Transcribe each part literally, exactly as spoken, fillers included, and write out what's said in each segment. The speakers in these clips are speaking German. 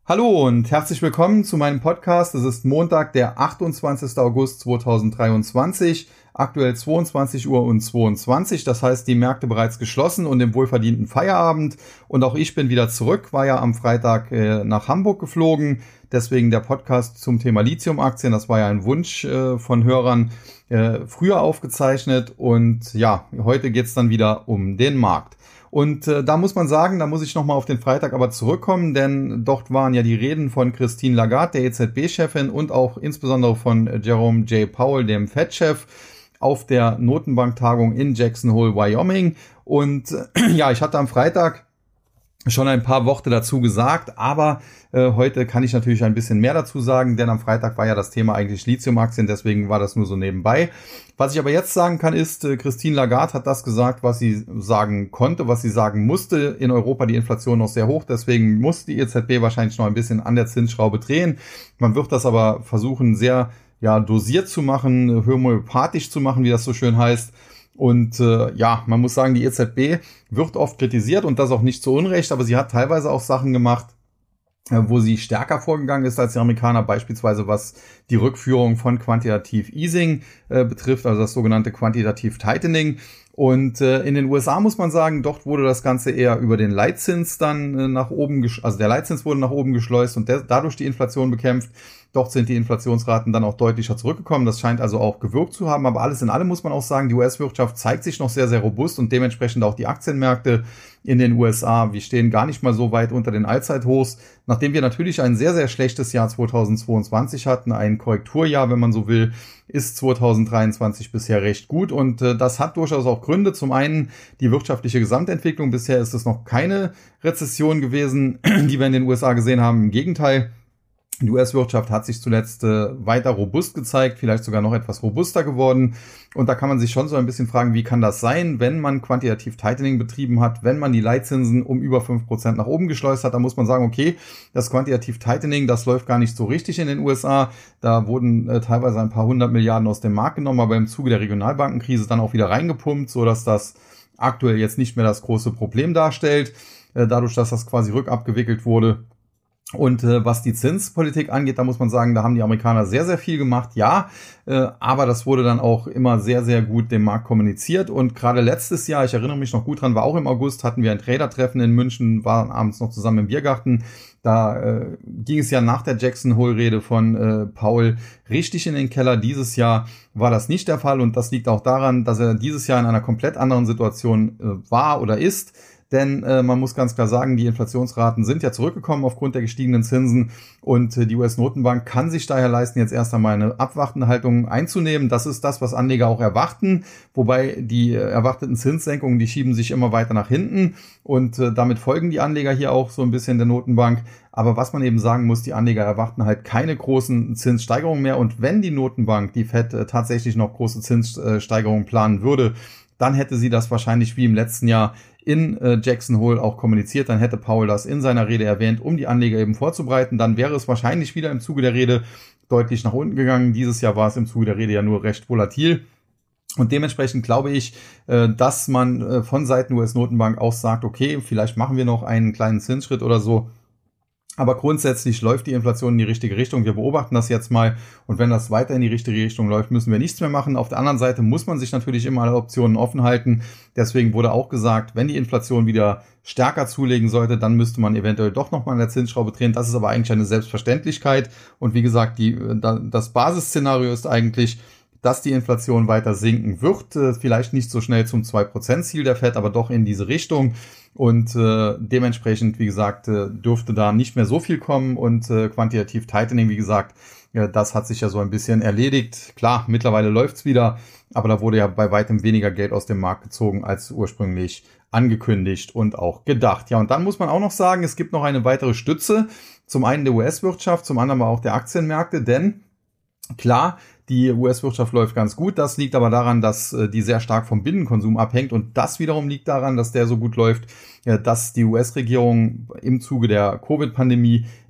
Hallo und herzlich willkommen zu meinem Podcast. Es ist Montag, der achtundzwanzigster August zweitausenddreiundzwanzig, aktuell zweiundzwanzig Uhr und zweiundzwanzig. Das heißt, die Märkte bereits geschlossen und im wohlverdienten Feierabend. Und auch ich bin wieder zurück, war ja am Freitag äh, nach Hamburg geflogen. Deswegen der Podcast zum Thema Lithium-Aktien. Das war ja ein Wunsch äh, von Hörern äh, früher aufgezeichnet. Und ja, heute geht's dann wieder um den Markt. Und äh, da muss man sagen, da muss ich nochmal auf den Freitag aber zurückkommen, denn dort waren ja die Reden von Christine Lagarde, der E Z B-Chefin, und auch insbesondere von Jerome J. Powell, dem Fed-Chef, auf der Notenbanktagung in Jackson Hole, Wyoming. Und äh, ja, ich hatte am Freitag schon ein paar Worte dazu gesagt, aber äh, heute kann ich natürlich ein bisschen mehr dazu sagen, denn am Freitag war ja das Thema eigentlich Lithium-Aktien, deswegen war das nur so nebenbei. Was ich aber jetzt sagen kann ist, äh, Christine Lagarde hat das gesagt, was sie sagen konnte, was sie sagen musste. In Europa die Inflation noch sehr hoch, deswegen muss die E Z B wahrscheinlich noch ein bisschen an der Zinsschraube drehen. Man wird das aber versuchen, sehr ja dosiert zu machen, homöopathisch zu machen, wie das so schön heißt. Und äh, ja, man muss sagen, die E Z B wird oft kritisiert und das auch nicht zu Unrecht, aber sie hat teilweise auch Sachen gemacht, äh, wo sie stärker vorgegangen ist als die Amerikaner, beispielsweise was die Rückführung von Quantitative Easing äh, betrifft, also das sogenannte Quantitative Tightening. Und äh, in den U S A muss man sagen, dort wurde das Ganze eher über den Leitzins dann äh, nach oben, gesch- also der Leitzins wurde nach oben geschleust und der, dadurch die Inflation bekämpft. Dort sind die Inflationsraten dann auch deutlicher zurückgekommen. Das scheint also auch gewirkt zu haben. Aber alles in allem muss man auch sagen, die U S-Wirtschaft zeigt sich noch sehr, sehr robust und dementsprechend auch die Aktienmärkte in den U S A. Wir stehen gar nicht mal so weit unter den Allzeithochs, nachdem wir natürlich ein sehr, sehr schlechtes Jahr zweitausendzweiundzwanzig hatten. Ein Korrekturjahr, wenn man so will, ist zweitausenddreiundzwanzig bisher recht gut. Und äh, das hat durchaus auch Gründe. Zum einen die wirtschaftliche Gesamtentwicklung. Bisher ist es noch keine Rezession gewesen, die wir in den U S A gesehen haben. Im Gegenteil. Die U S-Wirtschaft hat sich zuletzt äh, weiter robust gezeigt, vielleicht sogar noch etwas robuster geworden. Und da kann man sich schon so ein bisschen fragen, wie kann das sein, wenn man Quantitative Tightening betrieben hat, wenn man die Leitzinsen um über fünf Prozent nach oben geschleust hat. Da muss man sagen, okay, das Quantitative Tightening, das läuft gar nicht so richtig in den U S A. Da wurden äh, teilweise ein paar hundert Milliarden aus dem Markt genommen, aber im Zuge der Regionalbankenkrise dann auch wieder reingepumpt, sodass das aktuell jetzt nicht mehr das große Problem darstellt, äh, dadurch, dass das quasi rückabgewickelt wurde. Und äh, was die Zinspolitik angeht, da muss man sagen, da haben die Amerikaner sehr, sehr viel gemacht, ja, äh, aber das wurde dann auch immer sehr, sehr gut dem Markt kommuniziert. Und gerade letztes Jahr, ich erinnere mich noch gut dran, war auch im August, hatten wir ein Trader-Treffen in München, waren abends noch zusammen im Biergarten. Da äh, ging es ja nach der Jackson Hole-Rede von äh, Powell richtig in den Keller. Dieses Jahr war das nicht der Fall und das liegt auch daran, dass er dieses Jahr in einer komplett anderen Situation äh, war oder ist. Denn äh, man muss ganz klar sagen, die Inflationsraten sind ja zurückgekommen aufgrund der gestiegenen Zinsen und äh, die U S-Notenbank kann sich daher leisten, jetzt erst einmal eine abwartende Haltung einzunehmen. Das ist das, was Anleger auch erwarten, wobei die äh, erwarteten Zinssenkungen, die schieben sich immer weiter nach hinten und äh, damit folgen die Anleger hier auch so ein bisschen der Notenbank. Aber was man eben sagen muss, die Anleger erwarten halt keine großen Zinssteigerungen mehr und wenn die Notenbank, die Fed, äh, tatsächlich noch große Zinssteigerungen planen würde, dann hätte sie das wahrscheinlich wie im letzten Jahr in äh, Jackson Hole auch kommuniziert, dann hätte Powell das in seiner Rede erwähnt, um die Anleger eben vorzubereiten. Dann wäre es wahrscheinlich wieder im Zuge der Rede deutlich nach unten gegangen. Dieses Jahr war es im Zuge der Rede ja nur recht volatil. Und dementsprechend glaube ich, äh, dass man äh, von Seiten U S-Notenbank auch sagt, okay, vielleicht machen wir noch einen kleinen Zinsschritt oder so. Aber grundsätzlich läuft die Inflation in die richtige Richtung. Wir beobachten das jetzt mal. Und wenn das weiter in die richtige Richtung läuft, müssen wir nichts mehr machen. Auf der anderen Seite muss man sich natürlich immer alle Optionen offen halten. Deswegen wurde auch gesagt, wenn die Inflation wieder stärker zulegen sollte, dann müsste man eventuell doch nochmal an der Zinsschraube drehen. Das ist aber eigentlich eine Selbstverständlichkeit. Und wie gesagt, die, das Basisszenario ist eigentlich, dass die Inflation weiter sinken wird. Vielleicht nicht so schnell zum zwei Prozent Ziel der Fed, aber doch in diese Richtung. Und äh, dementsprechend, wie gesagt, äh, dürfte da nicht mehr so viel kommen. Und äh, Quantitative Tightening, wie gesagt, ja, das hat sich ja so ein bisschen erledigt. Klar, mittlerweile läuft's wieder, aber da wurde ja bei weitem weniger Geld aus dem Markt gezogen als ursprünglich angekündigt und auch gedacht. Ja, und dann muss man auch noch sagen, es gibt noch eine weitere Stütze. Zum einen der U S-Wirtschaft, zum anderen aber auch der Aktienmärkte, denn klar, die U S-Wirtschaft läuft ganz gut. Das liegt aber daran, dass äh, die sehr stark vom Binnenkonsum abhängt. Und das wiederum liegt daran, dass der so gut läuft, äh, dass die U S-Regierung im Zuge der Covid-Pandemie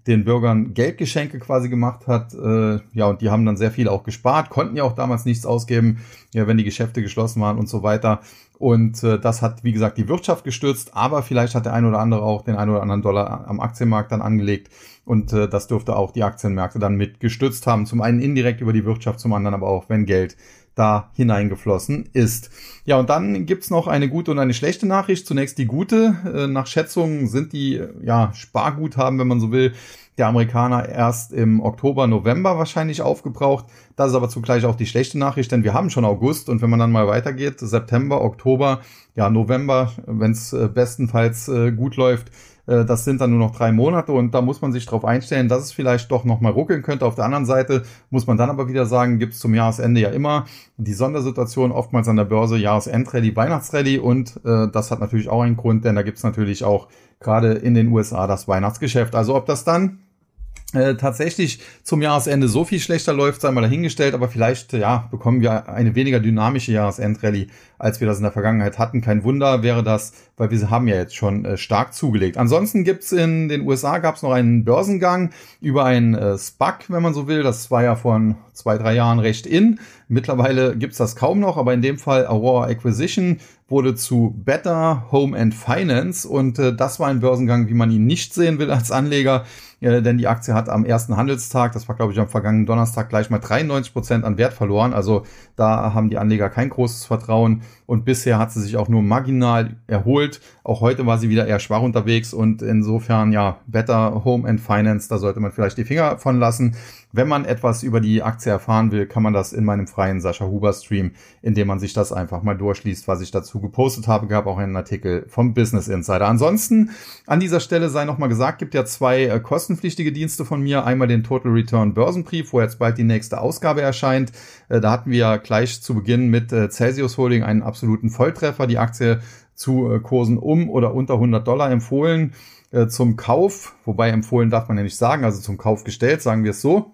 den Bürgern Geldgeschenke quasi gemacht hat. Äh, ja, und die haben dann sehr viel auch gespart, konnten ja auch damals nichts ausgeben, ja, wenn die Geschäfte geschlossen waren und so weiter. Und äh, das hat, wie gesagt, die Wirtschaft gestürzt, aber vielleicht hat der ein oder andere auch den ein oder anderen Dollar am Aktienmarkt dann angelegt. Und äh, das dürfte auch die Aktienmärkte dann mit gestützt haben. Zum einen indirekt über die Wirtschaft, zum anderen aber auch, wenn Geld da hineingeflossen ist. Ja, und dann gibt's noch eine gute und eine schlechte Nachricht. Zunächst die gute. Äh, nach Schätzungen sind die ja Sparguthaben, wenn man so will, der Amerikaner erst im Oktober, November wahrscheinlich aufgebraucht. Das ist aber zugleich auch die schlechte Nachricht, denn wir haben schon August und wenn man dann mal weitergeht, September, Oktober, ja November, wenn es äh, bestenfalls äh, gut läuft, äh, das sind dann nur noch drei Monate und da muss man sich darauf einstellen, dass es vielleicht doch nochmal ruckeln könnte. Auf der anderen Seite muss man dann aber wieder sagen, gibt es zum Jahresende ja immer die Sondersituation, oftmals an der Börse, Jahresendrallye, Weihnachtsrallye und äh, das hat natürlich auch einen Grund, denn da gibt es natürlich auch gerade in den U S A das Weihnachtsgeschäft. Also ob das dann Äh, tatsächlich zum Jahresende so viel schlechter läuft, sei mal dahingestellt, aber vielleicht ja bekommen wir eine weniger dynamische Jahresendrallye, als wir das in der Vergangenheit hatten. Kein Wunder wäre das, weil wir haben ja jetzt schon äh, stark zugelegt. Ansonsten gibt's in den U S A gab's noch einen Börsengang über einen äh, SPAC, wenn man so will. Das war ja vor zwei, drei Jahren recht in. Mittlerweile gibt's das kaum noch, aber in dem Fall Aurora Acquisition wurde zu Better Home and Finance und äh, das war ein Börsengang, wie man ihn nicht sehen will als Anleger, äh, denn die Aktie hat am ersten Handelstag, das war glaube ich am vergangenen Donnerstag, gleich mal dreiundneunzig Prozent an Wert verloren. Also da haben die Anleger kein großes Vertrauen und bisher hat sie sich auch nur marginal erholt. Auch heute war sie wieder eher schwach unterwegs und insofern ja Better Home and Finance, da sollte man vielleicht die Finger von lassen. Wenn man etwas über die Aktie erfahren will, kann man das in meinem freien Sascha Huber Stream, indem man sich das einfach mal durchliest, was ich dazu gepostet habe. Gab auch einen Artikel vom Business Insider. Ansonsten an dieser Stelle sei nochmal gesagt, gibt ja zwei äh, kostenpflichtige Dienste von mir. Einmal den Total Return Börsenbrief, wo jetzt bald die nächste Ausgabe erscheint. Äh, da hatten wir ja gleich zu Beginn mit äh, Celsius Holding einen absoluten Volltreffer. Die Aktie zu äh, Kursen um oder unter hundert Dollar empfohlen äh, zum Kauf. Wobei empfohlen darf man ja nicht sagen, also zum Kauf gestellt, sagen wir es so.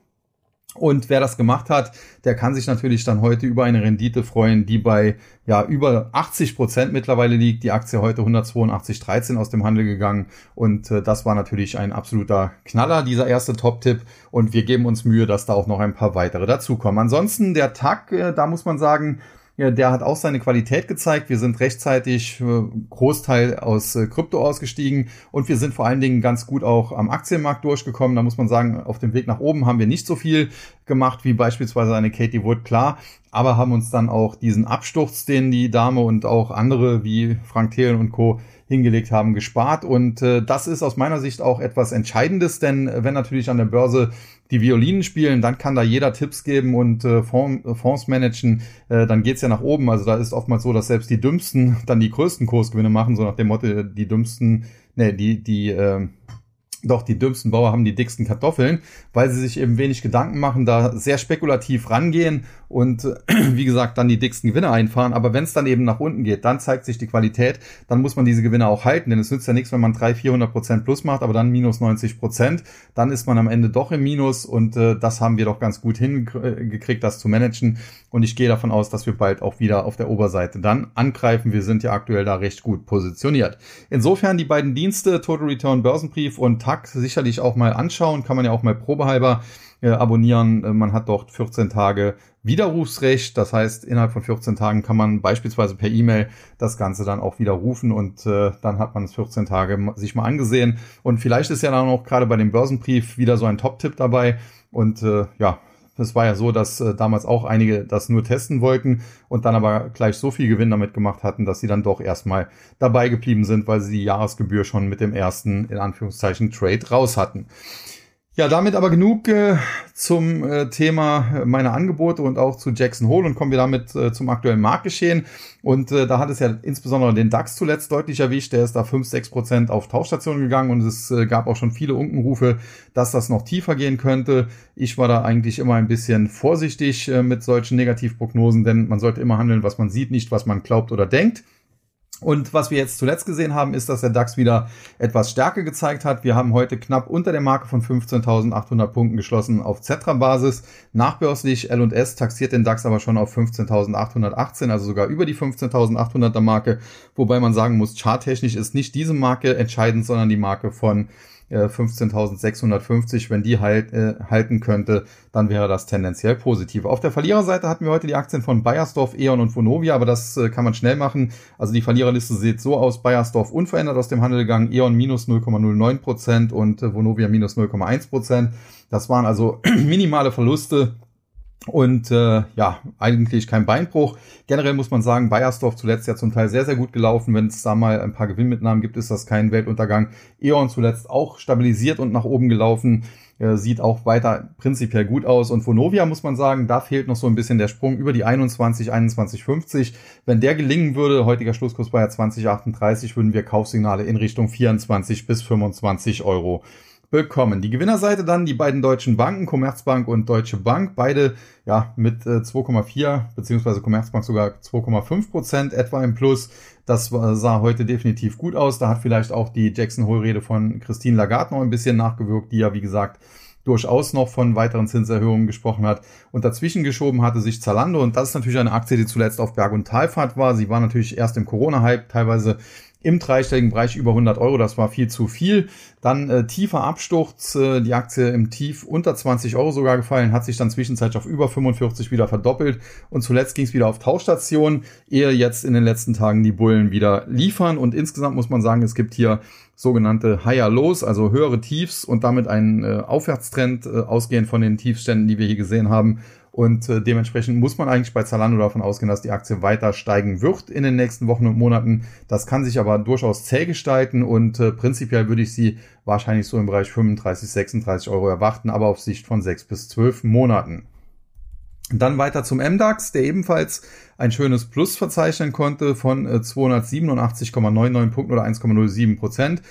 Und wer das gemacht hat, der kann sich natürlich dann heute über eine Rendite freuen, die bei ja über achtzig Prozent mittlerweile liegt. Die Aktie heute hundertzweiundachtzig Komma dreizehn aus dem Handel gegangen und äh, das war natürlich ein absoluter Knaller, dieser erste Top-Tipp und wir geben uns Mühe, dass da auch noch ein paar weitere dazukommen. Ansonsten der T A C, äh, da muss man sagen, ja, der hat auch seine Qualität gezeigt. Wir sind rechtzeitig äh, Großteil aus äh, Krypto ausgestiegen und wir sind vor allen Dingen ganz gut auch am Aktienmarkt durchgekommen. Da muss man sagen, auf dem Weg nach oben haben wir nicht so viel gemacht wie beispielsweise eine Katie Wood, klar, aber haben uns dann auch diesen Absturz, den die Dame und auch andere wie Frank Thelen und Co. hingelegt haben, gespart und äh, das ist aus meiner Sicht auch etwas Entscheidendes, denn äh, wenn natürlich an der Börse die Violinen spielen, dann kann da jeder Tipps geben und äh, Fonds, äh, Fonds managen, äh, dann geht's ja nach oben. Also da ist oftmals so, dass selbst die Dümmsten dann die größten Kursgewinne machen, so nach dem Motto, die Dümmsten, ne, die, die, äh, doch die dümmsten Bauer haben die dicksten Kartoffeln, weil sie sich eben wenig Gedanken machen, da sehr spekulativ rangehen und wie gesagt dann die dicksten Gewinne einfahren. Aber wenn es dann eben nach unten geht, dann zeigt sich die Qualität, dann muss man diese Gewinne auch halten, denn es nützt ja nichts, wenn man dreihundert, vierhundert Prozent plus macht, aber dann minus neunzig Prozent, dann ist man am Ende doch im Minus und äh, das haben wir doch ganz gut hingekriegt, das zu managen und ich gehe davon aus, dass wir bald auch wieder auf der Oberseite dann angreifen. Wir sind ja aktuell da recht gut positioniert. Insofern die beiden Dienste, Total Return Börsenbrief und T A C, sicherlich auch mal anschauen, kann man ja auch mal probehalber äh, abonnieren. Äh, man hat dort vierzehn Tage Widerrufsrecht, das heißt, innerhalb von vierzehn Tagen kann man beispielsweise per E-Mail das Ganze dann auch widerrufen und äh, dann hat man es vierzehn Tage sich mal angesehen und vielleicht ist ja dann auch gerade bei dem Börsenbrief wieder so ein Top-Tipp dabei und äh, ja, es war ja so, dass äh, damals auch einige das nur testen wollten und dann aber gleich so viel Gewinn damit gemacht hatten, dass sie dann doch erstmal dabei geblieben sind, weil sie die Jahresgebühr schon mit dem ersten, in Anführungszeichen, Trade raus hatten. Ja, damit aber genug äh, zum äh, Thema meiner Angebote und auch zu Jackson Hole und kommen wir damit äh, zum aktuellen Marktgeschehen. Und äh, da hat es ja insbesondere den DAX zuletzt deutlich erwischt. Der ist da fünf, sechs Prozent auf Tauchstationen gegangen und es äh, gab auch schon viele Unkenrufe, dass das noch tiefer gehen könnte. Ich war da eigentlich immer ein bisschen vorsichtig äh, mit solchen Negativprognosen, denn man sollte immer handeln, was man sieht, nicht was man glaubt oder denkt. Und was wir jetzt zuletzt gesehen haben, ist, dass der DAX wieder etwas Stärke gezeigt hat. Wir haben heute knapp unter der Marke von fünfzehntausendachthundert Punkten geschlossen auf Xetra-Basis. Nachbörslich L und S taxiert den DAX aber schon auf fünfzehntausendachthundertachtzehn, also sogar über die fünfzehntausendachthunderter Marke. Wobei man sagen muss, charttechnisch ist nicht diese Marke entscheidend, sondern die Marke von äh, fünfzehntausendsechshundertfünfzig. Wenn die halt, äh, halten könnte, dann wäre das tendenziell positiv. Auf der Verliererseite hatten wir heute die Aktien von Beiersdorf, E.ON und Vonovia, aber das äh, kann man schnell machen. Also die Verliererliste sieht so aus: Beiersdorf unverändert aus dem Handel gegangen, E.ON minus null Komma null neun Prozent und äh, Vonovia minus null Komma eins Prozent. Das waren also minimale Verluste. Und äh, ja, eigentlich kein Beinbruch. Generell muss man sagen, Beiersdorf zuletzt ja zum Teil sehr, sehr gut gelaufen. Wenn es da mal ein paar Gewinnmitnahmen gibt, ist das kein Weltuntergang. E.ON zuletzt auch stabilisiert und nach oben gelaufen. Äh, sieht auch weiter prinzipiell gut aus. Und Vonovia muss man sagen, da fehlt noch so ein bisschen der Sprung über die einundzwanzig, einundzwanzig fünfzig. Wenn der gelingen würde, heutiger Schlusskurs war ja zwanzig achtunddreißig, würden wir Kaufsignale in Richtung vierundzwanzig bis fünfundzwanzig Euro bekommen. Die Gewinnerseite dann die beiden deutschen Banken, Commerzbank und Deutsche Bank, beide ja mit äh, zwei Komma vier beziehungsweise Commerzbank sogar zwei Komma fünf Prozent etwa im Plus. Das äh, sah heute definitiv gut aus. Da hat vielleicht auch die Jackson-Hole-Rede von Christine Lagarde noch ein bisschen nachgewirkt, die ja wie gesagt durchaus noch von weiteren Zinserhöhungen gesprochen hat. Und dazwischen geschoben hatte sich Zalando, und das ist natürlich eine Aktie, die zuletzt auf Berg- und Talfahrt war. Sie war natürlich erst im Corona-Hype teilweise im dreistelligen Bereich über hundert Euro, das war viel zu viel. Dann äh, tiefer Absturz, äh, die Aktie im Tief unter zwanzig Euro sogar gefallen, hat sich dann zwischenzeitlich auf über fünfundvierzig wieder verdoppelt und zuletzt ging es wieder auf Tauschstation, ehe jetzt in den letzten Tagen die Bullen wieder liefern. Und insgesamt muss man sagen, es gibt hier sogenannte Higher Lows, also höhere Tiefs und damit einen äh, Aufwärtstrend, äh, ausgehend von den Tiefständen, die wir hier gesehen haben. Und äh, dementsprechend muss man eigentlich bei Zalando davon ausgehen, dass die Aktie weiter steigen wird in den nächsten Wochen und Monaten. Das kann sich aber durchaus zäh gestalten und äh, prinzipiell würde ich sie wahrscheinlich so im Bereich fünfunddreißig, sechsunddreißig Euro erwarten, aber auf Sicht von sechs bis zwölf Monaten. Dann weiter zum M DAX, der ebenfalls ein schönes Plus verzeichnen konnte von äh, zweihundertsiebenundachtzig Komma neunundneunzig Punkten oder eins Komma null sieben Prozent,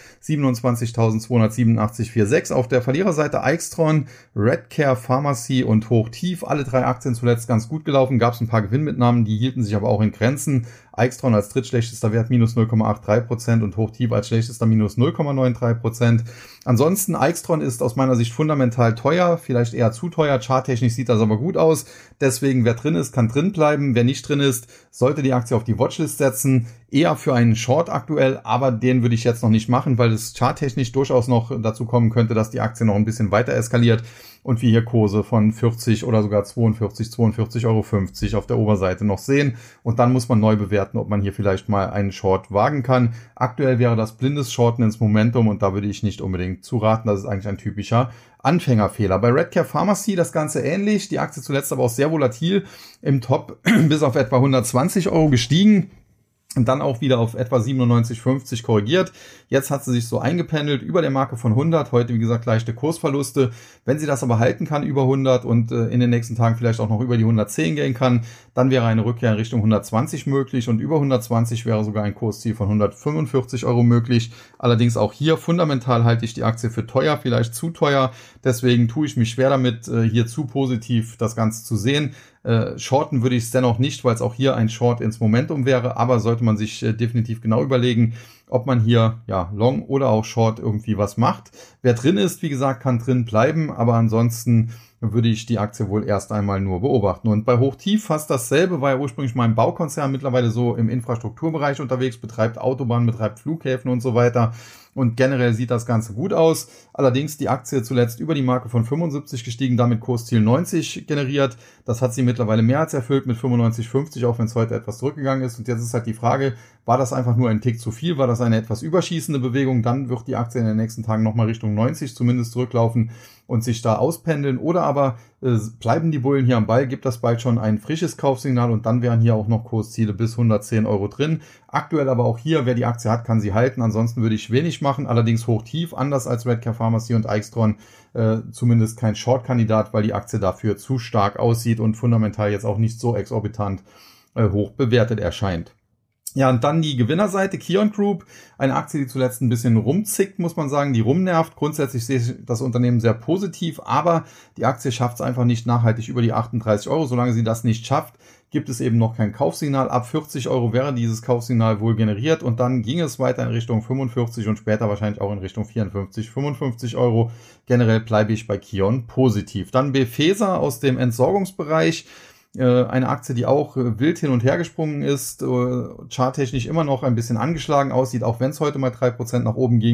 siebenundzwanzigtausendzweihundertsiebenundachtzig Komma sechsundvierzig. Auf der Verliererseite Aixtron, Redcare Pharmacy und Hochtief. Alle drei Aktien zuletzt ganz gut gelaufen, gab es ein paar Gewinnmitnahmen, die hielten sich aber auch in Grenzen. Aixtron als drittschlechtester Wert minus null Komma dreiundachtzig Prozent und Hochtief als schlechtester minus null Komma dreiundneunzig Prozent. Ansonsten, Aixtron ist aus meiner Sicht fundamental teuer, vielleicht eher zu teuer. Charttechnisch sieht das aber gut aus. Deswegen, wer drin ist, kann drin bleiben. Wer nicht drin ist, sollte die Aktie auf die Watchlist setzen. Eher für einen Short aktuell, aber den würde ich jetzt noch nicht machen, weil es charttechnisch durchaus noch dazu kommen könnte, dass die Aktie noch ein bisschen weiter eskaliert und wir hier Kurse von vierzig oder sogar zweiundvierzig, zweiundvierzig Euro fünfzig auf der Oberseite noch sehen. Und dann muss man neu bewerten, ob man hier vielleicht mal einen Short wagen kann. Aktuell wäre das blindes Shorten ins Momentum und da würde ich nicht unbedingt zu raten. Das ist eigentlich ein typischer Anfängerfehler. Bei Redcare Pharmacy das Ganze ähnlich. Die Aktie zuletzt aber auch sehr volatil im Top bis auf etwa hundertzwanzig Euro gestiegen. Und dann auch wieder auf etwa siebenundneunzig Komma fünfzig korrigiert. Jetzt hat sie sich so eingependelt über der Marke von hundert. Heute, wie gesagt, leichte Kursverluste. Wenn sie das aber halten kann über hundert und äh, in den nächsten Tagen vielleicht auch noch über die hundertzehn gehen kann, dann wäre eine Rückkehr in Richtung hundertzwanzig möglich und über hundertzwanzig wäre sogar ein Kursziel von hundertfünfundvierzig Euro möglich. Allerdings auch hier fundamental halte ich die Aktie für teuer, vielleicht zu teuer. Deswegen tue ich mich schwer damit, äh, hier zu positiv das Ganze zu sehen. Äh, shorten würde ich es dennoch nicht, weil es auch hier ein Short ins Momentum wäre, aber sollte man sich äh, definitiv genau überlegen, ob man hier ja Long oder auch Short irgendwie was macht. Wer drin ist, wie gesagt, kann drin bleiben, aber ansonsten würde ich die Aktie wohl erst einmal nur beobachten. Und bei Hochtief fast dasselbe, war ja ursprünglich mal ein Baukonzern, mittlerweile so im Infrastrukturbereich unterwegs, betreibt Autobahnen, betreibt Flughäfen und so weiter. Und generell sieht das Ganze gut aus. Allerdings die Aktie zuletzt über die Marke von fünfundsiebzig gestiegen, damit Kursziel neunzig generiert. Das hat sie mittlerweile mehr als erfüllt mit fünfundneunzig Komma fünfzig, auch wenn es heute etwas zurückgegangen ist. Und jetzt ist halt die Frage, war das einfach nur ein Tick zu viel? War das eine etwas überschießende Bewegung? Dann wird die Aktie in den nächsten Tagen nochmal Richtung neunzig zumindest zurücklaufen und sich da auspendeln. Oder aber äh, bleiben die Bullen hier am Ball, gibt das bald schon ein frisches Kaufsignal und dann wären hier auch noch Kursziele bis hundertzehn Euro drin. Aktuell aber auch hier, wer die Aktie hat, kann sie halten. Ansonsten würde ich wenig machen, allerdings Hochtief, anders als Redcare Pharmacy und Aixtron, äh, zumindest kein Short-Kandidat, weil die Aktie dafür zu stark aussieht und fundamental jetzt auch nicht so exorbitant äh, hoch bewertet erscheint. Ja, und dann die Gewinnerseite, Kion Group, eine Aktie, die zuletzt ein bisschen rumzickt, muss man sagen, die rumnervt. Grundsätzlich sehe ich das Unternehmen sehr positiv, aber die Aktie schafft es einfach nicht nachhaltig über die achtunddreißig Euro. Solange sie das nicht schafft, gibt es eben noch kein Kaufsignal. Ab vierzig Euro wäre dieses Kaufsignal wohl generiert und dann ging es weiter in Richtung fünfundvierzig und später wahrscheinlich auch in Richtung vierundfünfzig, fünfundfünfzig Euro. Generell bleibe ich bei Kion positiv. Dann Befesa aus dem Entsorgungsbereich. Eine Aktie, die auch wild hin und her gesprungen ist, charttechnisch immer noch ein bisschen angeschlagen aussieht, auch wenn es heute mal drei Prozent nach oben ging.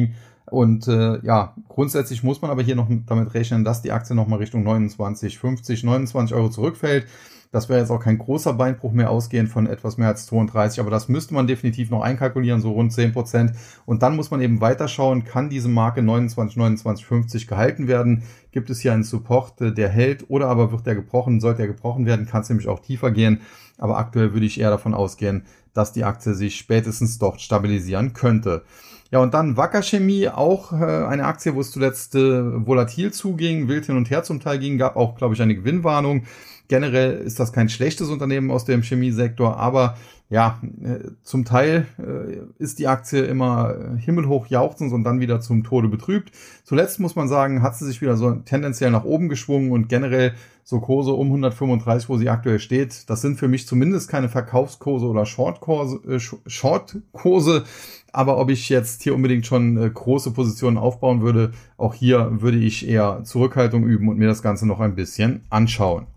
Und äh, ja, grundsätzlich muss man aber hier noch damit rechnen, dass die Aktie nochmal Richtung neunundzwanzig, fünfzig, neunundzwanzig Euro zurückfällt. Das wäre jetzt auch kein großer Beinbruch mehr, ausgehend von etwas mehr als zweiunddreißig, aber das müsste man definitiv noch einkalkulieren, so rund zehn Prozent. Und dann muss man eben weiterschauen, kann diese Marke neunundzwanzig, neunundzwanzig, fünfzig gehalten werden? Gibt es hier einen Support, der hält, oder aber wird der gebrochen? Sollte er gebrochen werden, kann es nämlich auch tiefer gehen. Aber aktuell würde ich eher davon ausgehen, dass die Aktie sich spätestens dort stabilisieren könnte. Ja, und dann Wacker Chemie, auch äh, eine Aktie, wo es zuletzt äh, volatil zuging, wild hin und her zum Teil ging, gab auch, glaube ich, eine Gewinnwarnung. Generell ist das kein schlechtes Unternehmen aus dem Chemiesektor, aber ja, äh, zum Teil äh, ist die Aktie immer himmelhoch jauchzend und dann wieder zum Tode betrübt. Zuletzt muss man sagen, hat sie sich wieder so tendenziell nach oben geschwungen und generell so Kurse um hundertfünfunddreißig, wo sie aktuell steht. Das sind für mich zumindest keine Verkaufskurse oder Shortkurse, äh, Shortkurse. Aber ob ich jetzt hier unbedingt schon äh, große Positionen aufbauen würde, auch hier würde ich eher Zurückhaltung üben und mir das Ganze noch ein bisschen anschauen.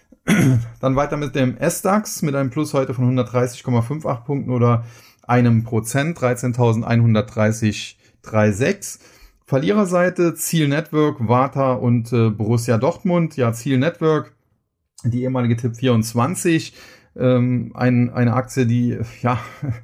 Dann weiter mit dem S DAX mit einem Plus heute von hundertdreißig Komma achtzig Punkten oder einem Prozent, dreizehntausendeinhundertdreißig Komma sechsunddreißig. Verliererseite Ziel Network, Warta und äh, Borussia Dortmund. Ja, Ziel Network, die ehemalige Tipp vierundzwanzig, ähm, ein, eine Aktie, die ja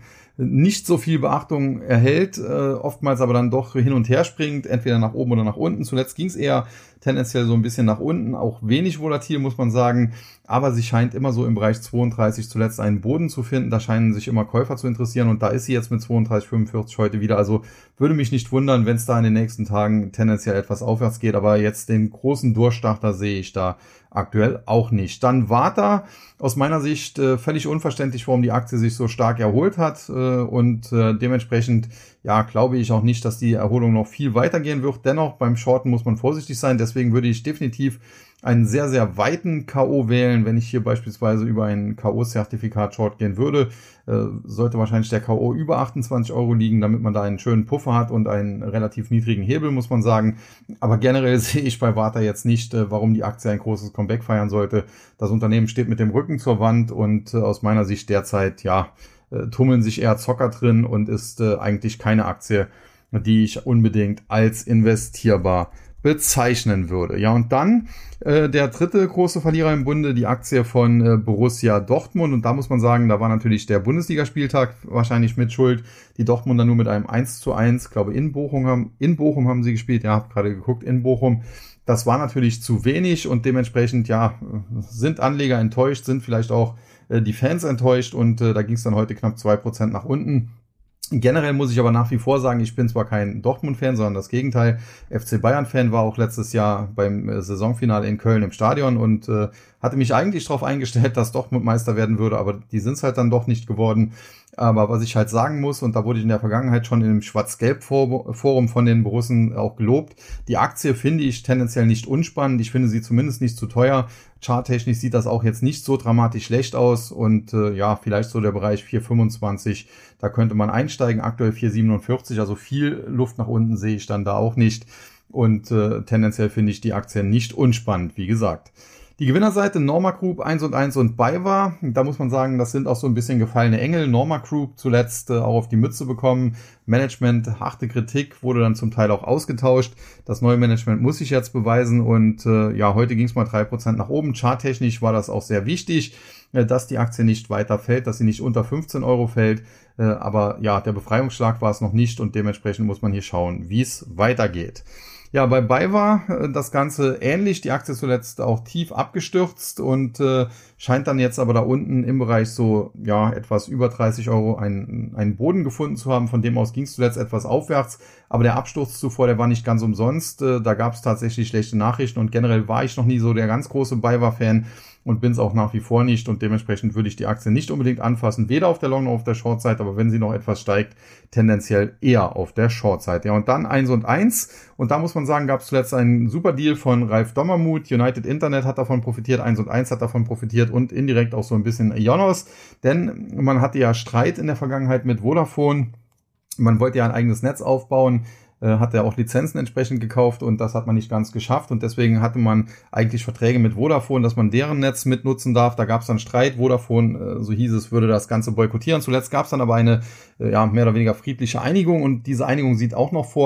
nicht so viel Beachtung erhält, äh, oftmals aber dann doch hin und her springt, entweder nach oben oder nach unten. Zuletzt ging es eher tendenziell so ein bisschen nach unten, auch wenig volatil, muss man sagen, aber sie scheint immer so im Bereich zweiunddreißig zuletzt einen Boden zu finden. Da scheinen sich immer Käufer zu interessieren und da ist sie jetzt mit zweiunddreißig Komma fünfundvierzig heute wieder. Also würde mich nicht wundern, wenn es da in den nächsten Tagen tendenziell etwas aufwärts geht, aber jetzt den großen Durchstarter sehe ich da aktuell auch nicht. Dann Warta, aus meiner Sicht äh, völlig unverständlich, warum die Aktie sich so stark erholt hat äh, und äh, dementsprechend ja, glaube ich auch nicht, dass die Erholung noch viel weitergehen wird. Dennoch, beim Shorten muss man vorsichtig sein. Deswegen würde ich definitiv einen sehr, sehr weiten K O wählen. Wenn ich hier beispielsweise über ein K O-Zertifikat Short gehen würde, äh, sollte wahrscheinlich der K O über achtundzwanzig Euro liegen, damit man da einen schönen Puffer hat und einen relativ niedrigen Hebel, muss man sagen. Aber generell sehe ich bei Warta jetzt nicht, äh, warum die Aktie ein großes Comeback feiern sollte. Das Unternehmen steht mit dem Rücken zur Wand und äh, aus meiner Sicht derzeit, ja, äh, tummeln sich eher Zocker drin und ist äh, eigentlich keine Aktie, die ich unbedingt als investierbar bezeichnen würde. Ja, und dann äh, der dritte große Verlierer im Bunde, die Aktie von äh, Borussia Dortmund. Und da muss man sagen, da war natürlich der Bundesligaspieltag wahrscheinlich mit Schuld. Die Dortmunder nur mit einem eins zu eins, glaube in Bochum haben, in Bochum haben sie gespielt. Ja, habt gerade geguckt, in Bochum. Das war natürlich zu wenig und dementsprechend, ja, sind Anleger enttäuscht, sind vielleicht auch äh, die Fans enttäuscht und äh, da ging es dann heute knapp zwei Prozent nach unten. Generell muss ich aber nach wie vor sagen, ich bin zwar kein Dortmund-Fan, sondern das Gegenteil. F C Bayern-Fan, war auch letztes Jahr beim äh, Saisonfinale in Köln im Stadion und äh, hatte mich eigentlich darauf eingestellt, dass Dortmund Meister werden würde, aber die sind es halt dann doch nicht geworden. Aber was ich halt sagen muss, und da wurde ich in der Vergangenheit schon im Schwarz-Gelb-Forum von den Borussen auch gelobt, die Aktie finde ich tendenziell nicht unspannend. Ich finde sie zumindest nicht zu teuer. Charttechnisch sieht das auch jetzt nicht so dramatisch schlecht aus und äh, ja, vielleicht so der Bereich vier Komma fünfundzwanzig, da könnte man einsteigen. Aktuell vier Komma siebenundvierzig, also viel Luft nach unten sehe ich dann da auch nicht. Und äh, tendenziell finde ich die Aktie nicht unspannend, wie gesagt. Die Gewinnerseite Norma Group eins und eins und BayWa, da muss man sagen, das sind auch so ein bisschen gefallene Engel. Norma Group zuletzt äh, auch auf die Mütze bekommen. Management, harte Kritik, wurde dann zum Teil auch ausgetauscht. Das neue Management muss sich jetzt beweisen und äh, ja, heute ging es mal drei Prozent nach oben. Charttechnisch war das auch sehr wichtig, äh, dass die Aktie nicht weiter fällt, dass sie nicht unter fünfzehn Euro fällt. Äh, aber ja, der Befreiungsschlag war es noch nicht und dementsprechend muss man hier schauen, wie es weitergeht. Ja, bei BayWa das Ganze ähnlich. Die Aktie ist zuletzt auch tief abgestürzt und äh, scheint dann jetzt aber da unten im Bereich so ja etwas über dreißig Euro einen, einen Boden gefunden zu haben. Von dem aus ging es zuletzt etwas aufwärts. Aber der Absturz zuvor, der war nicht ganz umsonst. Äh, da gab es tatsächlich schlechte Nachrichten und generell war ich noch nie so der ganz große BayWa-Fan und bin es auch nach wie vor nicht und dementsprechend würde ich die Aktie nicht unbedingt anfassen, weder auf der Long- noch auf der Short-Seite, aber wenn sie noch etwas steigt, tendenziell eher auf der Short-Seite. Ja, und dann eins und eins und da muss man sagen, gab es zuletzt einen super Deal von Ralf Dommermuth, United Internet hat davon profitiert, eins und eins hat davon profitiert und indirekt auch so ein bisschen Ionos, denn man hatte ja Streit in der Vergangenheit mit Vodafone, man wollte ja ein eigenes Netz aufbauen, hat er auch Lizenzen entsprechend gekauft und das hat man nicht ganz geschafft und deswegen hatte man eigentlich Verträge mit Vodafone, dass man deren Netz mitnutzen darf. Da gab es dann Streit. Vodafone, so hieß es, würde das Ganze boykottieren. Zuletzt gab es dann aber eine ja mehr oder weniger friedliche Einigung und diese Einigung sieht auch noch vor,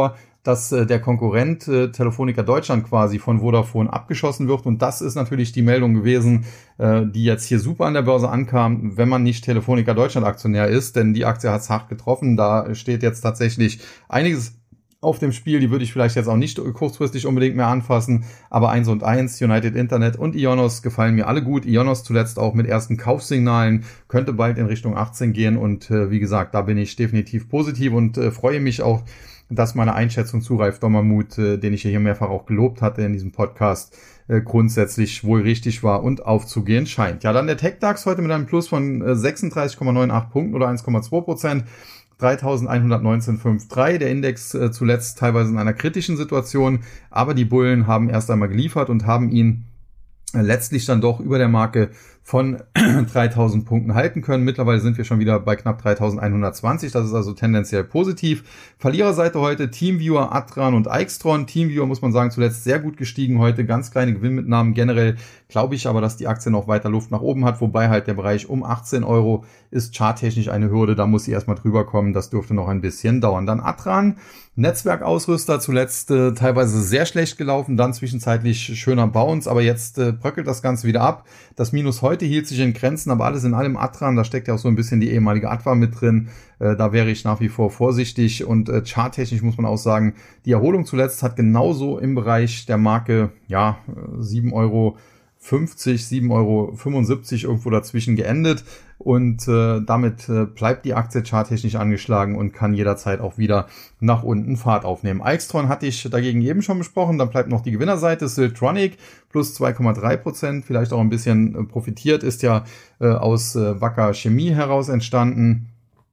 dass äh, der Konkurrent äh, Telefonica Deutschland quasi von Vodafone abgeschossen wird. Und das ist natürlich die Meldung gewesen, äh, die jetzt hier super an der Börse ankam, wenn man nicht Telefonica Deutschland Aktionär ist, denn die Aktie hat es hart getroffen. Da steht jetzt tatsächlich einiges auf dem Spiel, die würde ich vielleicht jetzt auch nicht kurzfristig unbedingt mehr anfassen, aber eins und eins, United Internet und IONOS gefallen mir alle gut. IONOS zuletzt auch mit ersten Kaufsignalen, könnte bald in Richtung achtzehn gehen und äh, wie gesagt, da bin ich definitiv positiv und äh, freue mich auch, dass meine Einschätzung zu Ralf Dommermuth, äh, den ich hier mehrfach auch gelobt hatte in diesem Podcast, äh, grundsätzlich wohl richtig war und aufzugehen scheint. Ja, dann der TechDAX heute mit einem Plus von äh, sechsunddreißig Komma achtzig Punkten oder eins Komma zwei Prozent. dreitausendeinhundertneunzehn Komma dreiundfünfzig, der Index äh, zuletzt teilweise in einer kritischen Situation, aber die Bullen haben erst einmal geliefert und haben ihn äh, letztlich dann doch über der Marke von dreitausend Punkten halten können. Mittlerweile sind wir schon wieder bei knapp dreitausendeinhundertzwanzig, das ist also tendenziell positiv. Verliererseite heute Teamviewer, Adtran und Aixtron. Teamviewer muss man sagen zuletzt sehr gut gestiegen heute, ganz kleine Gewinnmitnahmen. Generell glaube ich aber, dass die Aktie noch weiter Luft nach oben hat, wobei halt der Bereich um achtzehn Euro ist charttechnisch eine Hürde, da muss sie erstmal drüber kommen, das dürfte noch ein bisschen dauern. Dann Adtran, Netzwerkausrüster, zuletzt äh, teilweise sehr schlecht gelaufen, dann zwischenzeitlich schöner Bounce, aber jetzt äh, bröckelt das Ganze wieder ab. Das Minus heute hielt sich in Grenzen, aber alles in allem Adtran, da steckt ja auch so ein bisschen die ehemalige Adva mit drin, äh, da wäre ich nach wie vor vorsichtig und äh, charttechnisch muss man auch sagen, die Erholung zuletzt hat genauso im Bereich der Marke, ja, sieben Euro fünfzig, sieben Euro fünfundsiebzig irgendwo dazwischen geendet und äh, damit äh, bleibt die Aktie charttechnisch angeschlagen und kann jederzeit auch wieder nach unten Fahrt aufnehmen. Aixtron hatte ich dagegen eben schon besprochen, dann bleibt noch die Gewinnerseite, Siltronic plus zwei Komma drei Prozent, vielleicht auch ein bisschen äh, profitiert, ist ja äh, aus äh, Wacker Chemie heraus entstanden.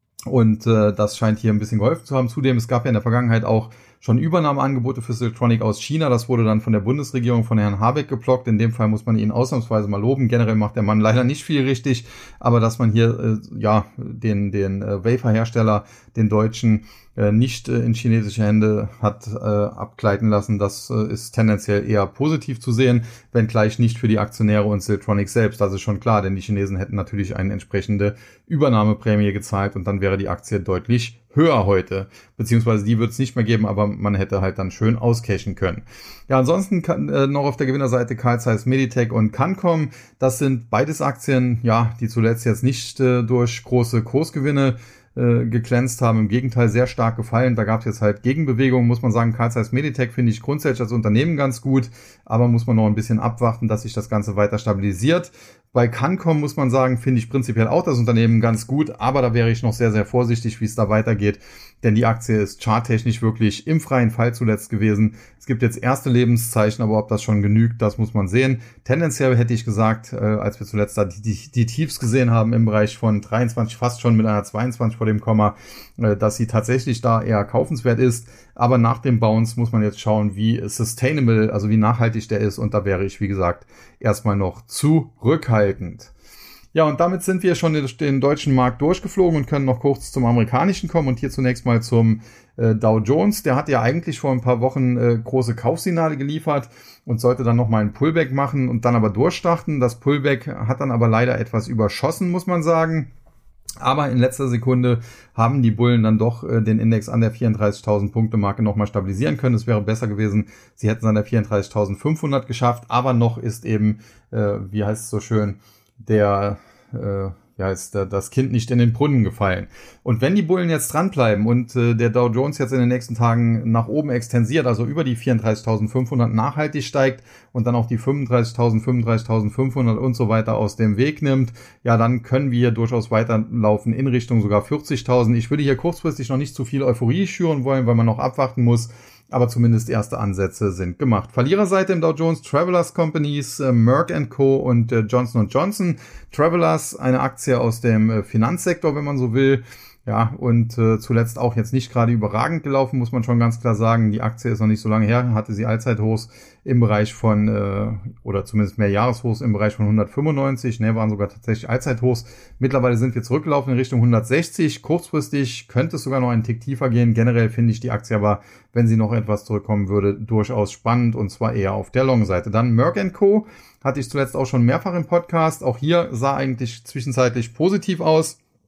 Und äh, das scheint hier ein bisschen geholfen zu haben. Zudem, es gab ja in der Vergangenheit auch schon Übernahmeangebote für Siltronic aus China. Das wurde dann von der Bundesregierung, von Herrn Habeck geblockt. In dem Fall muss man ihn ausnahmsweise mal loben. Generell macht der Mann leider nicht viel richtig. Aber dass man hier äh, ja den den äh, Waferhersteller, den deutschen, äh, nicht äh, in chinesische Hände hat äh, abgleiten lassen, das äh, ist tendenziell eher positiv zu sehen, wenngleich nicht für die Aktionäre und Siltronic selbst. Das ist schon klar, denn die Chinesen hätten natürlich eine entsprechende Übernahmeprämie gezahlt und dann wäre die Aktie deutlich höher heute, beziehungsweise die wird es nicht mehr geben, aber man hätte halt dann schön auscashen können. Ja, ansonsten kann, äh, noch auf der Gewinnerseite Carl Zeiss Meditec und Cancom. Das sind beides Aktien, ja, die zuletzt jetzt nicht äh, durch große Kursgewinne äh, geglänzt haben, im Gegenteil sehr stark gefallen. Da gab es jetzt halt Gegenbewegungen, muss man sagen. Carl Zeiss Meditec finde ich grundsätzlich als Unternehmen ganz gut, aber muss man noch ein bisschen abwarten, dass sich das Ganze weiter stabilisiert. Bei Cancom muss man sagen, finde ich prinzipiell auch das Unternehmen ganz gut, aber da wäre ich noch sehr, sehr vorsichtig, wie es da weitergeht, denn die Aktie ist charttechnisch wirklich im freien Fall zuletzt gewesen. Es gibt jetzt erste Lebenszeichen, aber ob das schon genügt, das muss man sehen. Tendenziell hätte ich gesagt, äh, als wir zuletzt da die, die, die Tiefs gesehen haben im Bereich von dreiundzwanzig, fast schon mit einer zweiundzwanzig vor dem Komma, äh, dass sie tatsächlich da eher kaufenswert ist. Aber nach dem Bounce muss man jetzt schauen, wie sustainable, also wie nachhaltig der ist. Und da wäre ich, wie gesagt, erstmal noch zurückhaltend. Ja, und damit sind wir schon den deutschen Markt durchgeflogen und können noch kurz zum amerikanischen kommen. Und hier zunächst mal zum äh, Dow Jones. Der hat ja eigentlich vor ein paar Wochen äh, große Kaufsignale geliefert und sollte dann nochmal ein Pullback machen und dann aber durchstarten. Das Pullback hat dann aber leider etwas überschossen, muss man sagen. Aber in letzter Sekunde haben die Bullen dann doch äh, den Index an der vierunddreißigtausend Punkte Marke nochmal stabilisieren können. Es wäre besser gewesen, sie hätten es an der vierunddreißigtausendfünfhundert geschafft. Aber noch ist eben, äh, wie heißt es so schön, der äh, ja, ist das Kind nicht in den Brunnen gefallen. Und wenn die Bullen jetzt dranbleiben und äh, der Dow Jones jetzt in den nächsten Tagen nach oben extensiert, also über die vierunddreißigtausendfünfhundert nachhaltig steigt und dann auch die fünfunddreißigtausend, fünfunddreißigtausendfünfhundert und so weiter aus dem Weg nimmt, ja, dann können wir durchaus weiterlaufen in Richtung sogar vierzigtausend. Ich würde hier kurzfristig noch nicht zu viel Euphorie schüren wollen, weil man noch abwarten muss. Aber zumindest erste Ansätze sind gemacht. Verliererseite im Dow Jones, Travelers Companies, äh, Merck and Co. und äh, Johnson und Johnson. Travelers, eine Aktie aus dem äh, Finanzsektor, wenn man so will. Ja, und äh, zuletzt auch jetzt nicht gerade überragend gelaufen, muss man schon ganz klar sagen. Die Aktie ist noch nicht so lange her, hatte sie Allzeithochs im Bereich von, äh, oder zumindest Mehrjahreshochs im Bereich von hundertfünfundneunzig, ne, waren sogar tatsächlich Allzeithochs. Mittlerweile sind wir zurückgelaufen in Richtung hundertsechzig. Kurzfristig könnte es sogar noch einen Tick tiefer gehen. Generell finde ich die Aktie aber, wenn sie noch etwas zurückkommen würde, durchaus spannend und zwar eher auf der Long-Seite. Dann Merck and Co. hatte ich zuletzt auch schon mehrfach im Podcast. Auch hier sah eigentlich zwischenzeitlich positiv aus.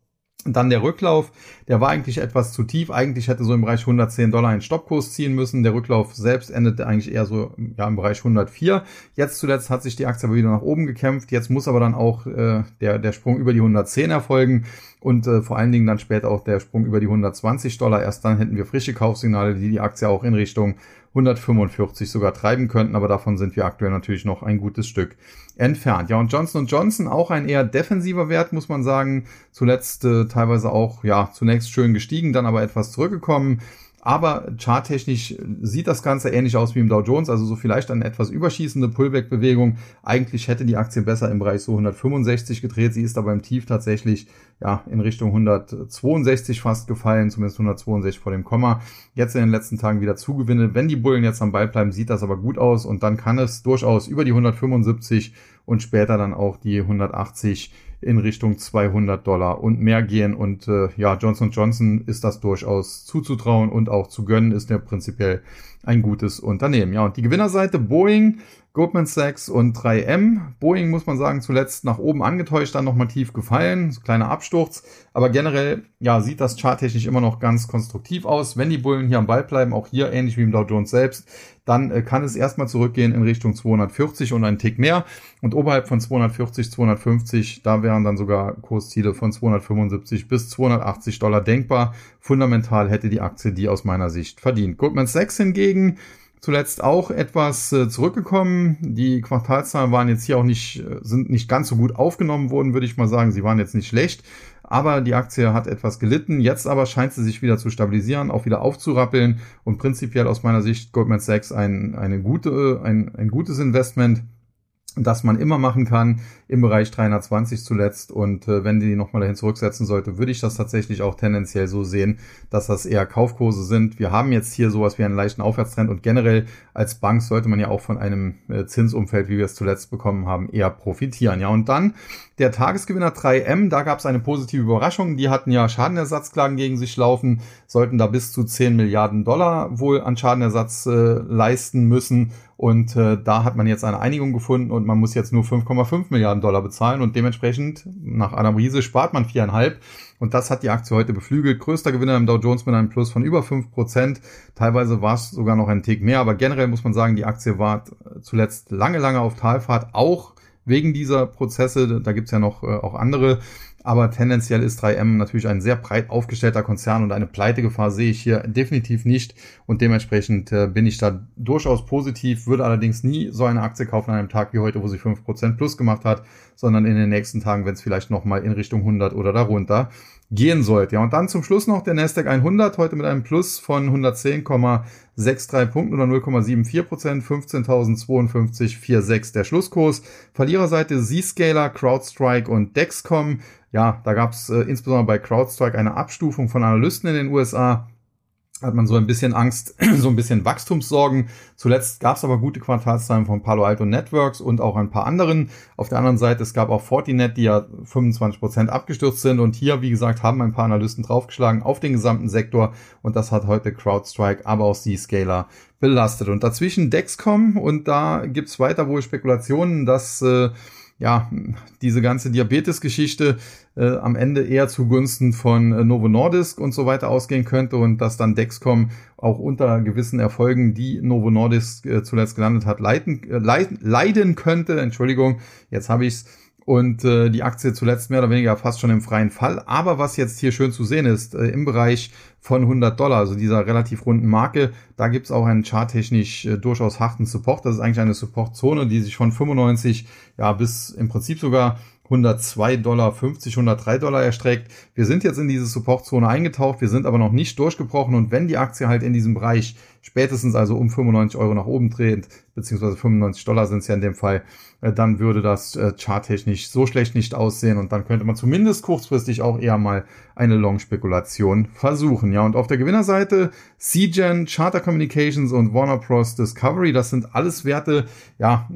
Dann der Rücklauf, der war eigentlich etwas zu tief. Eigentlich hätte so im Bereich hundertzehn Dollar ein Stoppkurs ziehen müssen. Der Rücklauf selbst endete eigentlich eher so ja, im Bereich hundertvier. Jetzt zuletzt hat sich die Aktie aber wieder nach oben gekämpft. Jetzt muss aber dann auch äh, der, der Sprung über die hundertzehn erfolgen und äh, vor allen Dingen dann später auch der Sprung über die hundertzwanzig Dollar. Erst dann hätten wir frische Kaufsignale, die die Aktie auch in Richtung hundertfünfundvierzig sogar treiben könnten, aber davon sind wir aktuell natürlich noch ein gutes Stück entfernt. Ja, und Johnson und Johnson, auch ein eher defensiver Wert, muss man sagen. Zuletzt äh, teilweise auch, ja, zunächst schön gestiegen, dann aber etwas zurückgekommen. Aber charttechnisch sieht das Ganze ähnlich aus wie im Dow Jones, also so vielleicht eine etwas überschießende Pullback-Bewegung. Eigentlich hätte die Aktie besser im Bereich so hundertfünfundsechzig gedreht. Sie ist aber im Tief tatsächlich ja in Richtung hundertzweiundsechzig fast gefallen, zumindest hundertzweiundsechzig vor dem Komma. Jetzt in den letzten Tagen wieder Zugewinne. Wenn die Bullen jetzt am Ball bleiben, sieht das aber gut aus und dann kann es durchaus über die hundertfünfundsiebzig und später dann auch die hundertachtzig in Richtung zweihundert Dollar und mehr gehen. Und äh, ja, Johnson und Johnson ist das durchaus zuzutrauen und auch zu gönnen, ist ja prinzipiell ein gutes Unternehmen. Ja, und die Gewinnerseite Boeing, Goldman Sachs und drei M. Boeing, muss man sagen, zuletzt nach oben angetäuscht, dann nochmal tief gefallen, so kleiner Absturz. Aber generell, ja, sieht das charttechnisch immer noch ganz konstruktiv aus. Wenn die Bullen hier am Ball bleiben, auch hier ähnlich wie im Dow Jones selbst, dann äh, kann es erstmal zurückgehen in Richtung zweihundertvierzig und einen Tick mehr. Und oberhalb von zweihundertvierzig, zweihundertfünfzig, da wären dann sogar Kursziele von zweihundertfünfundsiebzig bis zweihundertachtzig Dollar denkbar. Fundamental hätte die Aktie die aus meiner Sicht verdient. Goldman Sachs hingegen, zuletzt auch etwas äh, zurückgekommen. Die Quartalszahlen waren jetzt hier auch nicht, äh, sind nicht ganz so gut aufgenommen worden, würde ich mal sagen. Sie waren jetzt nicht schlecht, aber die Aktie hat etwas gelitten. Jetzt aber scheint sie sich wieder zu stabilisieren, auch wieder aufzurappeln und prinzipiell aus meiner Sicht Goldman Sachs ein, eine gute, ein, ein gutes Investment, das man immer machen kann, im Bereich dreihundertzwanzig zuletzt. Und äh, wenn die nochmal dahin zurücksetzen sollte, würde ich das tatsächlich auch tendenziell so sehen, dass das eher Kaufkurse sind. Wir haben jetzt hier sowas wie einen leichten Aufwärtstrend und generell als Bank sollte man ja auch von einem äh, Zinsumfeld, wie wir es zuletzt bekommen haben, eher profitieren. Ja, und dann der Tagesgewinner drei M, da gab es eine positive Überraschung. Die hatten ja Schadenersatzklagen gegen sich laufen, sollten da bis zu zehn Milliarden Dollar wohl an Schadenersatz äh, leisten müssen. Und äh, da hat man jetzt eine Einigung gefunden und man muss jetzt nur fünf Komma fünf Milliarden Dollar bezahlen und dementsprechend nach Adam Riese spart man vier Komma fünf. Und das hat die Aktie heute beflügelt. Größter Gewinner im Dow Jones mit einem Plus von über fünf Prozent. Teilweise war es sogar noch ein Tick mehr, aber generell muss man sagen, die Aktie war zuletzt lange, lange auf Talfahrt, auch wegen dieser Prozesse. Da gibt's ja noch äh, auch andere. Aber tendenziell ist drei M natürlich ein sehr breit aufgestellter Konzern und eine Pleitegefahr sehe ich hier definitiv nicht. Und dementsprechend äh, bin ich da durchaus positiv, würde allerdings nie so eine Aktie kaufen an einem Tag wie heute, wo sie fünf Prozent plus gemacht hat, sondern in den nächsten Tagen, wenn es vielleicht nochmal in Richtung hundert oder darunter gehen sollte. Ja, und dann zum Schluss noch der Nasdaq hundert, heute mit einem Plus von hundertzehn Komma dreiundsechzig Punkten oder null Komma vierundsiebzig Prozent, fünfzehntausendzweiundfünfzig Komma sechsundvierzig der Schlusskurs. Verliererseite Zscaler, CrowdStrike und Dexcom. Ja, da gab es äh, insbesondere bei CrowdStrike eine Abstufung von Analysten in den U S A. Hat man so ein bisschen Angst, so ein bisschen Wachstumssorgen. Zuletzt gab es aber gute Quartalszahlen von Palo Alto Networks und auch ein paar anderen. Auf der anderen Seite, es gab auch Fortinet, die ja fünfundzwanzig Prozent abgestürzt sind. Und hier, wie gesagt, haben ein paar Analysten draufgeschlagen auf den gesamten Sektor. Und das hat heute CrowdStrike, aber auch Zscaler belastet. Und dazwischen Dexcom. Und da gibt's weiter wohl Spekulationen, dass äh, ja, diese ganze Diabetes-Geschichte äh, am Ende eher zugunsten von äh, Novo Nordisk und so weiter ausgehen könnte und dass dann Dexcom auch unter gewissen Erfolgen, die Novo Nordisk äh, zuletzt gelandet hat, leiden, äh, leiden, leiden könnte. Entschuldigung, jetzt habe ich's. Und äh, die Aktie zuletzt mehr oder weniger fast schon im freien Fall. Aber was jetzt hier schön zu sehen ist, äh, im Bereich von hundert Dollar, also dieser relativ runden Marke, da gibt's auch einen charttechnisch äh, durchaus harten Support. Das ist eigentlich eine Supportzone, die sich von fünfundneunzig ja bis im Prinzip sogar hundertzwei Komma fünfzig Dollar, hundertdrei Dollar erstreckt. Wir sind jetzt in diese Supportzone eingetaucht, wir sind aber noch nicht durchgebrochen und wenn die Aktie halt in diesem Bereich spätestens also um fünfundneunzig Euro nach oben dreht, beziehungsweise fünfundneunzig Dollar sind es ja in dem Fall, dann würde das äh, charttechnisch so schlecht nicht aussehen und dann könnte man zumindest kurzfristig auch eher mal eine Long-Spekulation versuchen. Ja, und auf der Gewinnerseite C G E N, Charter Communications und Warner Bros. Discovery, das sind alles Werte, ja,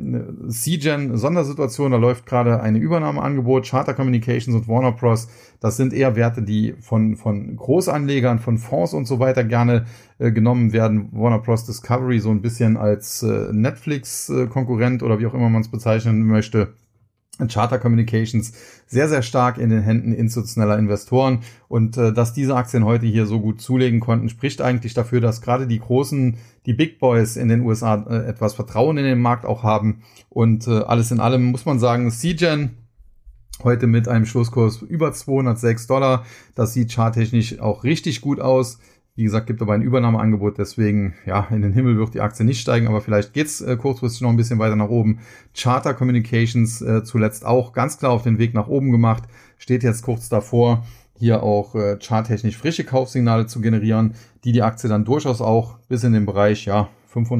C G E N, Sondersituation, da läuft gerade eine Übernahmeangebot, Charter Communications und Warner Bros., das sind eher Werte, die von von Großanlegern, von Fonds und so weiter gerne äh, genommen werden. Warner Bros. Discovery so ein bisschen als äh, Netflix-Konkurrent oder wie auch immer man es bezeichnen möchte. Charter Communications sehr, sehr stark in den Händen institutioneller Investoren und äh, dass diese Aktien heute hier so gut zulegen konnten, spricht eigentlich dafür, dass gerade die großen, die Big Boys in den U S A äh, etwas Vertrauen in den Markt auch haben und äh, alles in allem muss man sagen, Seagen heute mit einem Schlusskurs über zweihundertsechs Dollar, das sieht charttechnisch auch richtig gut aus. Wie gesagt, gibt aber ein Übernahmeangebot, deswegen, ja, in den Himmel wird die Aktie nicht steigen, aber vielleicht geht's äh, kurzfristig noch ein bisschen weiter nach oben. Charter Communications äh, zuletzt auch ganz klar auf den Weg nach oben gemacht, steht jetzt kurz davor, hier auch äh, charttechnisch frische Kaufsignale zu generieren, die die Aktie dann durchaus auch bis in den Bereich, ja,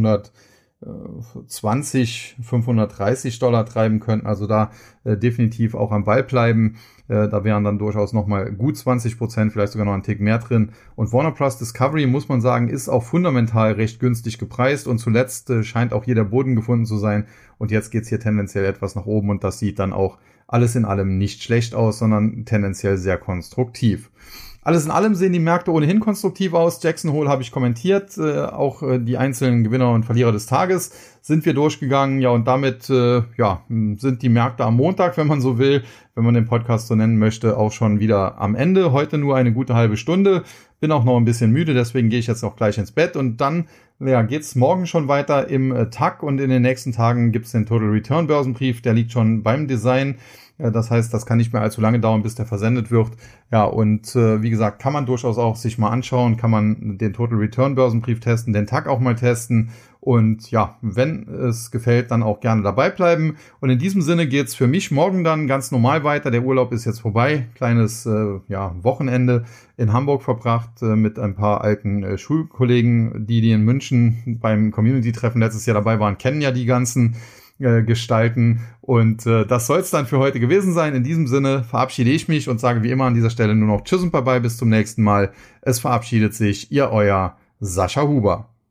fünfhundertzwanzig, fünfhundertdreißig Dollar treiben könnten, also da äh, definitiv auch am Ball bleiben. Äh, da wären dann durchaus nochmal gut zwanzig Prozent, vielleicht sogar noch ein Tick mehr drin. Und Warner Bros. Discovery, muss man sagen, ist auch fundamental recht günstig gepreist und zuletzt äh, scheint auch hier der Boden gefunden zu sein. Und jetzt geht's hier tendenziell etwas nach oben und das sieht dann auch alles in allem nicht schlecht aus, sondern tendenziell sehr konstruktiv. Alles in allem sehen die Märkte ohnehin konstruktiv aus. Jackson Hole habe ich kommentiert, äh, auch äh, die einzelnen Gewinner und Verlierer des Tages sind wir durchgegangen. Ja, und damit äh, ja, sind die Märkte am Montag, wenn man so will, wenn man den Podcast so nennen möchte, auch schon wieder am Ende. Heute nur eine gute halbe Stunde. Bin auch noch ein bisschen müde, deswegen gehe ich jetzt auch gleich ins Bett. Und dann ja, geht's morgen schon weiter im äh, T A C und in den nächsten Tagen gibt's den Total Return Börsenbrief. Der liegt schon beim Design. Das heißt, das kann nicht mehr allzu lange dauern, bis der versendet wird. Ja, und äh, wie gesagt, kann man durchaus auch sich mal anschauen, kann man den Total Return Börsenbrief testen, den T A C auch mal testen. Und ja, wenn es gefällt, dann auch gerne dabei bleiben. Und in diesem Sinne geht's für mich morgen dann ganz normal weiter. Der Urlaub ist jetzt vorbei. Kleines äh, ja, Wochenende in Hamburg verbracht äh, mit ein paar alten äh, Schulkollegen, die, die in München beim Community-Treffen letztes Jahr dabei waren, kennen ja die ganzen gestalten und äh, das soll es dann für heute gewesen sein. In diesem Sinne verabschiede ich mich und sage wie immer an dieser Stelle nur noch Tschüss und Bye-bye, bis zum nächsten Mal. Es verabschiedet sich Ihr Euer Sascha Huber.